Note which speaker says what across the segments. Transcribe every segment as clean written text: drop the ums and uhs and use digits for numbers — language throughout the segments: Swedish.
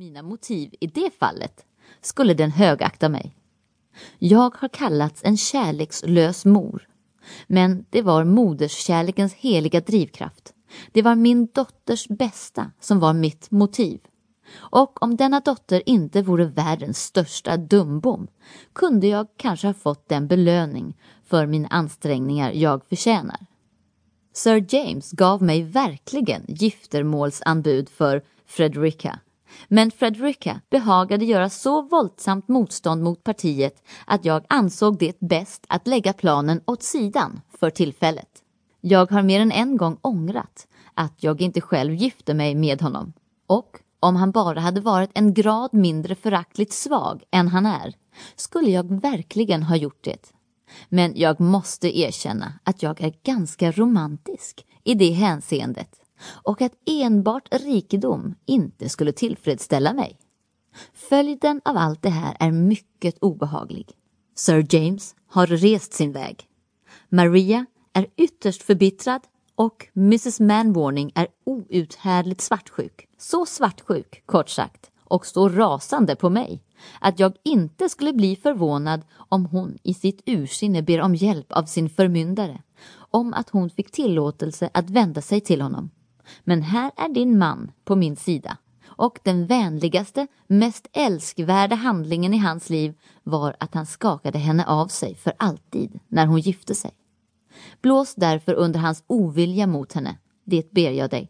Speaker 1: mina motiv i det fallet skulle den högakta mig. Jag har kallats en kärlekslös mor, men det var moderskärlekens heliga drivkraft. Det var min dotters bästa som var mitt motiv. Och om denna dotter inte vore världens största dumbom kunde jag kanske ha fått den belöning för mina ansträngningar jag förtjänar. Sir James gav mig verkligen giftermålsanbud för Frederica. Men Frederica behagade göra så våldsamt motstånd mot partiet att jag ansåg det bäst att lägga planen åt sidan för tillfället. Jag har mer än en gång ångrat att jag inte själv gifte mig med honom. Och om han bara hade varit en grad mindre föraktligt svag än han är, skulle jag verkligen ha gjort det. Men jag måste erkänna att jag är ganska romantisk i det hänseendet och att enbart rikedom inte skulle tillfredsställa mig. Följden av allt det här är mycket obehaglig. Sir James har rest sin väg. Maria är ytterst förbittrad och Mrs. Manwarning är outhärdligt svartsjuk. Så svartsjuk, kort sagt, och så rasande på mig att jag inte skulle bli förvånad om hon i sitt ursinne ber om hjälp av sin förmyndare, om att hon fick tillåtelse att vända sig till honom. Men här är din man på min sida, och den vänligaste, mest älskvärda handlingen i hans liv var att han skakade henne av sig för alltid när hon gifte sig. Blås därför under hans ovilja mot henne, det ber jag dig.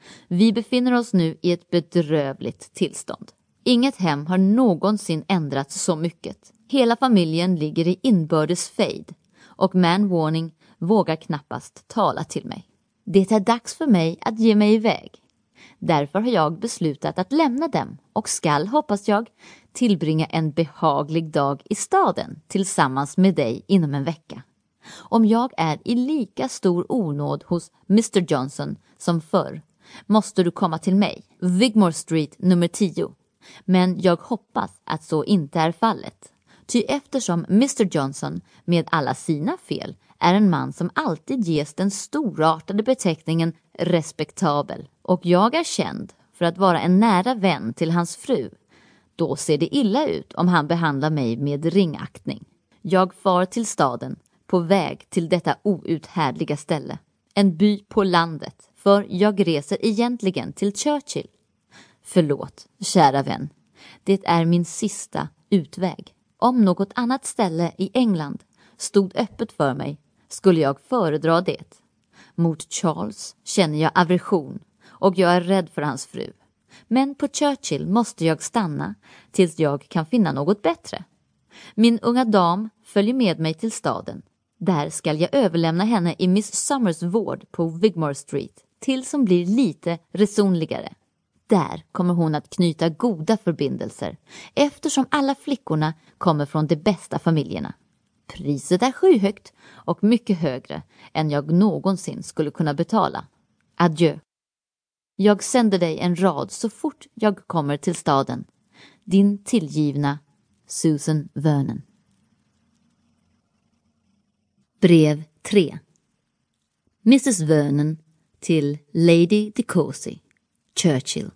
Speaker 1: Vi befinner oss nu i ett bedrövligt tillstånd. Inget hem har någonsin ändrats så mycket. Hela familjen ligger i inbördes fejd och Manwarning vågar knappast tala till mig. Det är dags för mig att ge mig iväg. Därför har jag beslutat att lämna dem och skall, hoppas jag, tillbringa en behaglig dag i staden tillsammans med dig inom en vecka. Om jag är i lika stor onåd hos Mr. Johnson som förr, måste du komma till mig, Wigmore Street nummer 10. Men jag hoppas att så inte är fallet. Ty eftersom Mr. Johnson med alla sina fel är en man som alltid ges den storartade beteckningen respektabel, och jag är känd för att vara en nära vän till hans fru, då ser det illa ut om han behandlar mig med ringaktning. Jag far till staden, på väg till detta outhärdliga ställe. En by på landet, för jag reser egentligen till Churchill. Förlåt, kära vän. Det är min sista utväg. Om något annat ställe i England stod öppet för mig, skulle jag föredra det. Mot Charles känner jag aversion och jag är rädd för hans fru. Men på Churchill måste jag stanna tills jag kan finna något bättre. Min unga dam följer med mig till staden. Där ska jag överlämna henne i Miss Summers vård på Wigmore Street tills hon blir lite resonligare. Där kommer hon att knyta goda förbindelser eftersom alla flickorna kommer från de bästa familjerna. Priset är skyhögt och mycket högre än jag någonsin skulle kunna betala. Adjö. Jag sänder dig en rad så fort jag kommer till staden. Din tillgivna Susan Vernon. Brev 3. Mrs. Vernon till Lady de Courcy, Churchill.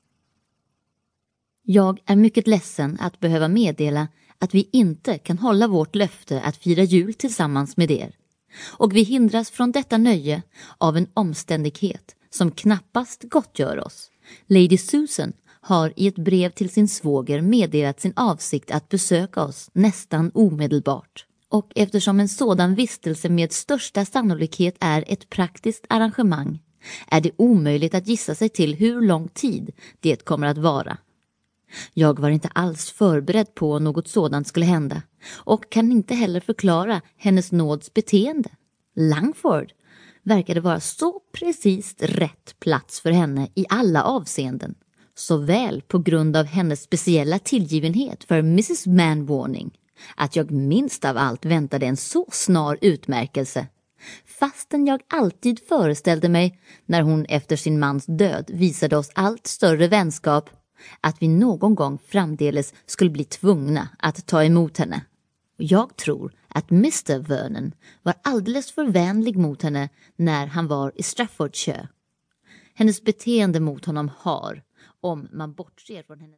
Speaker 1: Jag är mycket ledsen att behöva meddela att vi inte kan hålla vårt löfte att fira jul tillsammans med er. Och vi hindras från detta nöje av en omständighet som knappast gottgör oss. Lady Susan har i ett brev till sin svåger meddelat sin avsikt att besöka oss nästan omedelbart. Och eftersom en sådan vistelse med största sannolikhet är ett praktiskt arrangemang, är det omöjligt att gissa sig till hur lång tid det kommer att vara. Jag var inte alls förberedd på något sådant skulle hända och kan inte heller förklara hennes nåds beteende. Langford verkade vara så precis rätt plats för henne i alla avseenden, såväl på grund av hennes speciella tillgivenhet för Mrs. Manwarning att jag minst av allt väntade en så snar utmärkelse, fastän jag alltid föreställde mig när hon efter sin mans död visade oss allt större vänskap att vi någon gång framdeles skulle bli tvungna att ta emot henne. Jag tror att Mr. Vernon var alldeles för vänlig mot henne när han var i Staffordshire. Hennes beteende mot honom har, om man bortser från henne